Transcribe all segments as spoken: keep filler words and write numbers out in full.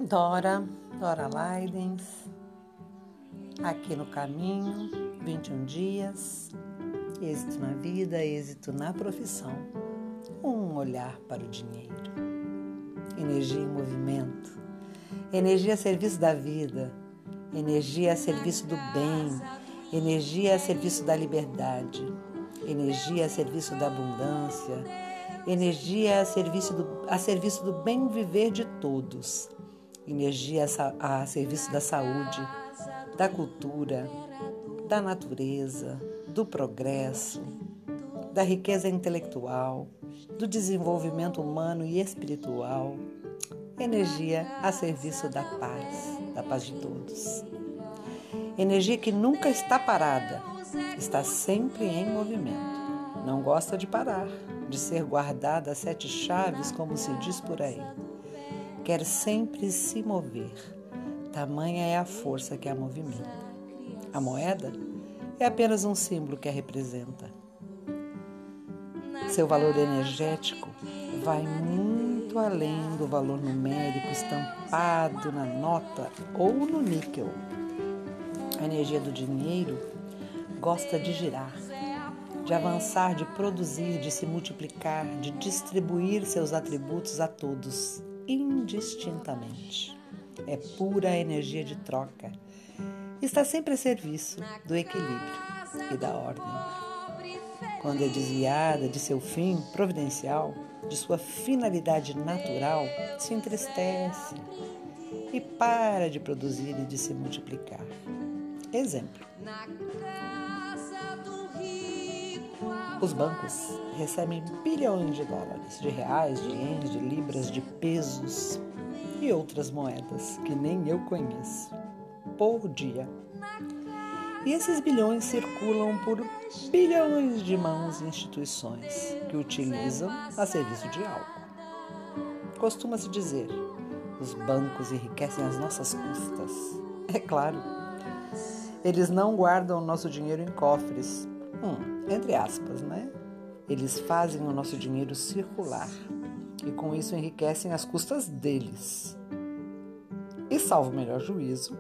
Dora, Dora Leidens, aqui no caminho, vinte e um dias, êxito na vida, êxito na profissão, um olhar para o dinheiro, energia em movimento, energia a serviço da vida, energia a serviço do bem, energia a serviço da liberdade, energia a serviço da abundância, energia a serviço do, a serviço do bem viver de todos, energia a, a serviço da saúde, da cultura, da natureza, do progresso, da riqueza intelectual, do desenvolvimento humano e espiritual, energia a serviço da paz, da paz de todos. Energia que nunca está parada, está sempre em movimento. Não gosta de parar, de ser guardada a sete chaves, como se diz por aí. Quer sempre se mover. Tamanha é a força que a movimenta. A moeda é apenas um símbolo que a representa. Seu valor energético vai muito além do valor numérico estampado na nota ou no níquel. A energia do dinheiro gosta de girar, de avançar, de produzir, de se multiplicar, de distribuir seus atributos a todos, indistintamente. É pura energia de troca. Está sempre a serviço do equilíbrio e da ordem. Quando é desviada de seu fim providencial, de sua finalidade natural, se entristece e para de produzir e de se multiplicar. Exemplo. Os bancos recebem bilhões de dólares, de reais, de ienes, de libras, de pesos e outras moedas que nem eu conheço, por dia. E esses bilhões circulam por bilhões de mãos e instituições que utilizam a serviço de algo. Costuma-se dizer, os bancos enriquecem às nossas custas. É claro, eles não guardam o nosso dinheiro em cofres, hum, entre aspas, né? Eles fazem o nosso dinheiro circular e com isso enriquecem às custas deles. E salvo o melhor juízo,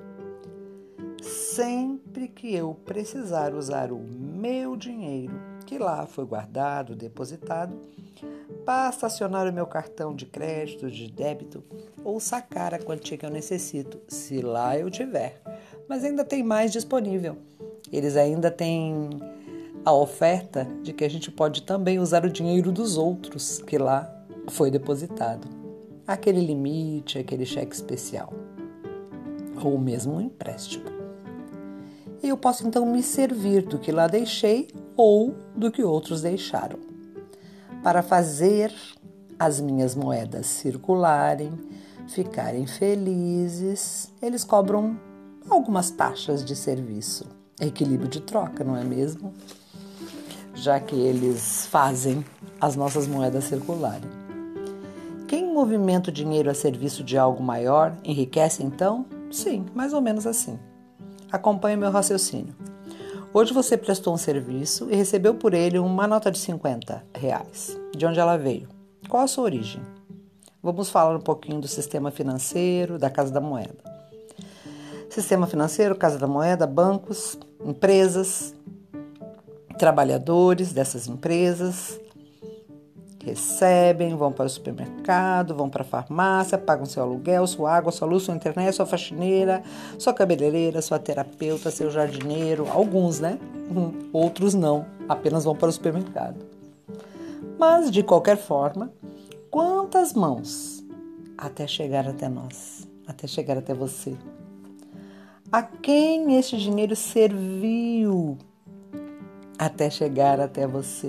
sempre que eu precisar usar o meu dinheiro, que lá foi guardado, depositado, basta acionar o meu cartão de crédito, de débito ou sacar a quantia que eu necessito, se lá eu tiver. Mas ainda tem mais disponível. Eles ainda têm a oferta de que a gente pode também usar o dinheiro dos outros, que lá foi depositado. Aquele limite, aquele cheque especial. Ou mesmo um empréstimo. E eu posso então me servir do que lá deixei ou do que outros deixaram. Para fazer as minhas moedas circularem, ficarem felizes, eles cobram algumas taxas de serviço. Equilíbrio de troca, não é mesmo? Já que eles fazem as nossas moedas circularem. Quem movimenta o dinheiro a serviço de algo maior enriquece então? Sim, mais ou menos assim. Acompanhe meu raciocínio. Hoje você prestou um serviço e recebeu por ele uma nota de cinquenta reais. De onde ela veio? Qual a sua origem? Vamos falar um pouquinho do sistema financeiro, da Casa da Moeda. Sistema financeiro, Casa da Moeda, bancos, empresas, trabalhadores dessas empresas recebem, vão para o supermercado, vão para a farmácia, pagam seu aluguel, sua água, sua luz, sua internet, sua faxineira, sua cabeleireira, sua terapeuta, seu jardineiro, alguns, né? Outros não, apenas vão para o supermercado. Mas, de qualquer forma, quantas mãos até chegar até nós, até chegar até você? A quem este dinheiro serviu até chegar até você?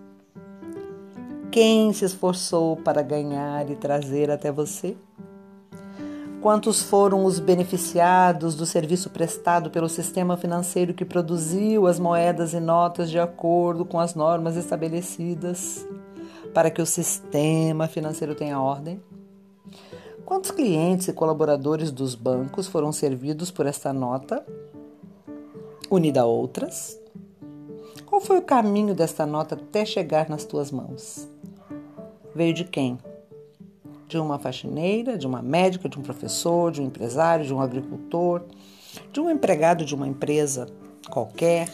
Quem se esforçou para ganhar e trazer até você? Quantos foram os beneficiados do serviço prestado pelo sistema financeiro que produziu as moedas e notas de acordo com as normas estabelecidas para que o sistema financeiro tenha ordem? Quantos clientes e colaboradores dos bancos foram servidos por esta nota, unida a outras? Qual foi o caminho desta nota até chegar nas tuas mãos? Veio de quem? de uma faxineira, de uma médica, de um professor, de um empresário, de um agricultor, de um empregado de uma empresa qualquer?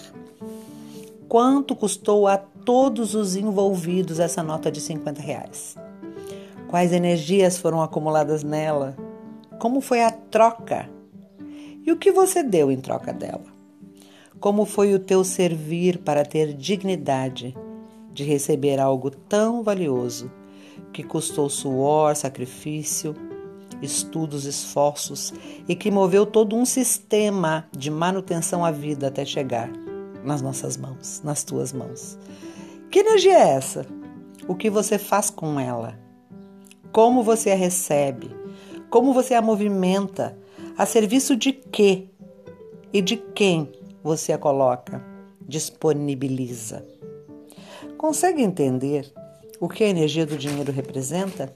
Quanto custou a todos os envolvidos essa nota de cinquenta reais? Quais energias foram acumuladas nela? Como foi a troca? E o que você deu em troca dela? Como foi o teu servir para ter dignidade de receber algo tão valioso que custou suor, sacrifício, estudos, esforços e que moveu todo um sistema de manutenção à vida até chegar nas nossas mãos, nas tuas mãos? Que energia é essa? O que você faz com ela? Como você a recebe? Como você a movimenta? A serviço de quê? E de quem você a coloca? Disponibiliza. Consegue entender o que a energia do dinheiro representa?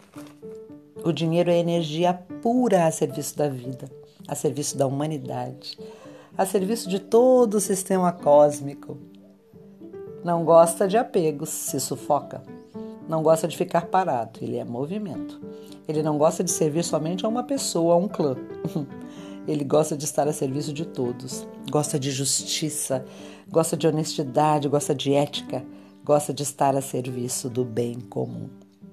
O dinheiro é energia pura a serviço da vida, a serviço da humanidade, a serviço de todo o sistema cósmico. Não gosta de apegos, se sufoca. Não gosta de ficar parado, ele é movimento. Ele não gosta de servir somente a uma pessoa, a um clã. Ele gosta de estar a serviço de todos. Gosta de justiça, gosta de honestidade, gosta de ética, gosta de estar a serviço do bem comum.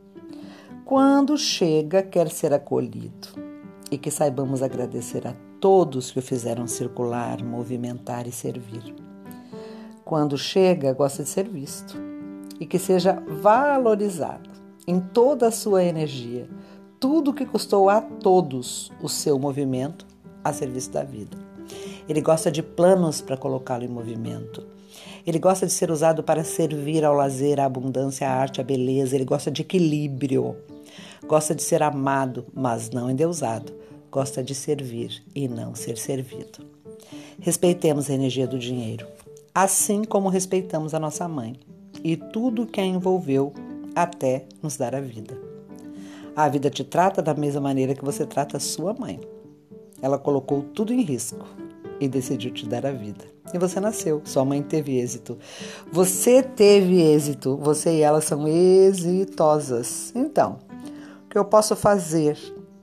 Quando chega, quer ser acolhido. E que saibamos agradecer a todos que o fizeram circular, movimentar e servir. Quando chega, gosta de ser visto. E que seja valorizado em toda a sua energia, tudo que custou a todos o seu movimento a serviço da vida. Ele gosta de planos para colocá-lo em movimento. Ele gosta de ser usado para servir ao lazer, à abundância, à arte, à beleza. Ele gosta de equilíbrio. Gosta de ser amado, mas não endeusado. Gosta de servir e não ser servido. Respeitemos a energia do dinheiro, assim como respeitamos a nossa mãe e tudo que a envolveu até nos dar a vida. A vida te trata da mesma maneira que você trata a sua mãe. Ela colocou tudo em risco e decidiu te dar a vida. E você nasceu, sua mãe teve êxito. Você teve êxito, você e ela são exitosas. Então, o que eu posso fazer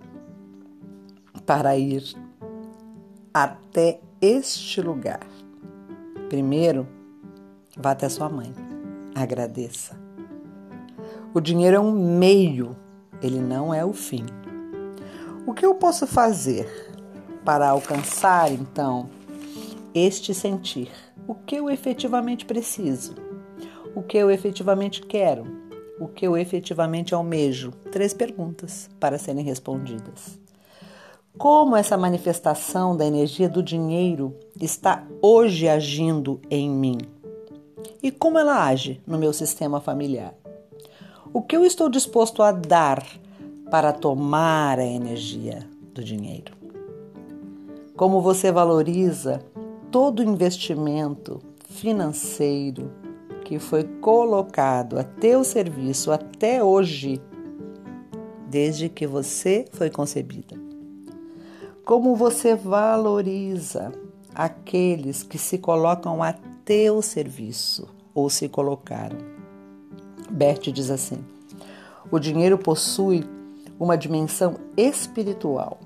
para ir até este lugar? Primeiro, vá até sua mãe. Agradeça. O dinheiro é um meio, ele não é o fim. O que eu posso fazer para alcançar, então, este sentir? O que eu efetivamente preciso? O que eu efetivamente quero? O que eu efetivamente almejo? Três perguntas para serem respondidas. Como essa manifestação da energia do dinheiro está hoje agindo em mim? E como ela age no meu sistema familiar? O que eu estou disposto a dar para tomar a energia do dinheiro? Como você valoriza todo o investimento financeiro que foi colocado a teu serviço até hoje, desde que você foi concebida? Como você valoriza aqueles que se colocam a teu serviço ou se colocaram? Bert diz assim: o dinheiro possui uma dimensão espiritual.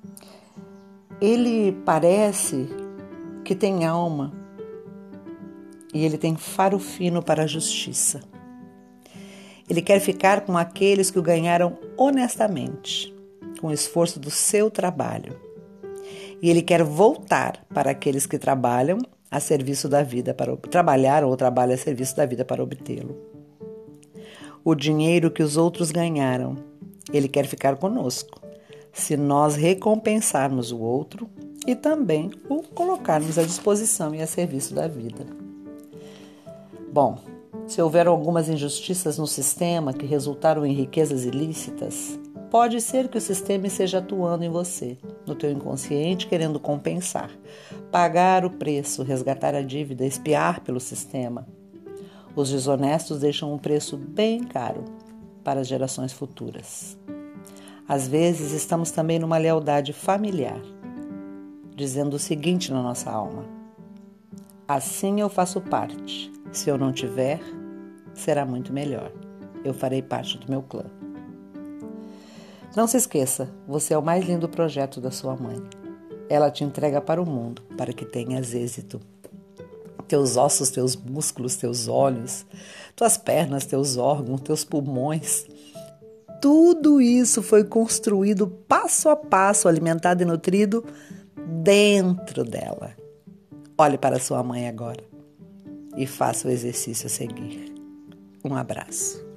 Ele parece que tem alma e ele tem faro fino para a justiça. Ele quer ficar com aqueles que o ganharam honestamente, com o esforço do seu trabalho. E ele quer voltar para aqueles que trabalham a serviço da vida para trabalhar ou trabalham a serviço da vida para obtê-lo. O dinheiro que os outros ganharam, ele quer ficar conosco, se nós recompensarmos o outro e também o colocarmos à disposição e a serviço da vida. Bom, se houver algumas injustiças no sistema que resultaram em riquezas ilícitas, pode ser que o sistema esteja atuando em você, no teu inconsciente, querendo compensar, pagar o preço, resgatar a dívida, espiar pelo sistema. Os desonestos deixam um preço bem caro para as gerações futuras. Às vezes estamos também numa lealdade familiar, dizendo o seguinte na nossa alma: assim eu faço parte. Se eu não tiver, será muito melhor. Eu farei parte do meu clã. Não se esqueça, você é o mais lindo projeto da sua mãe. Ela te entrega para o mundo, para que tenhas êxito. Teus ossos, teus músculos, teus olhos, tuas pernas, teus órgãos, teus pulmões. Tudo isso foi construído passo a passo, alimentado e nutrido dentro dela. Olhe para sua mãe agora e faça o exercício a seguir. Um abraço.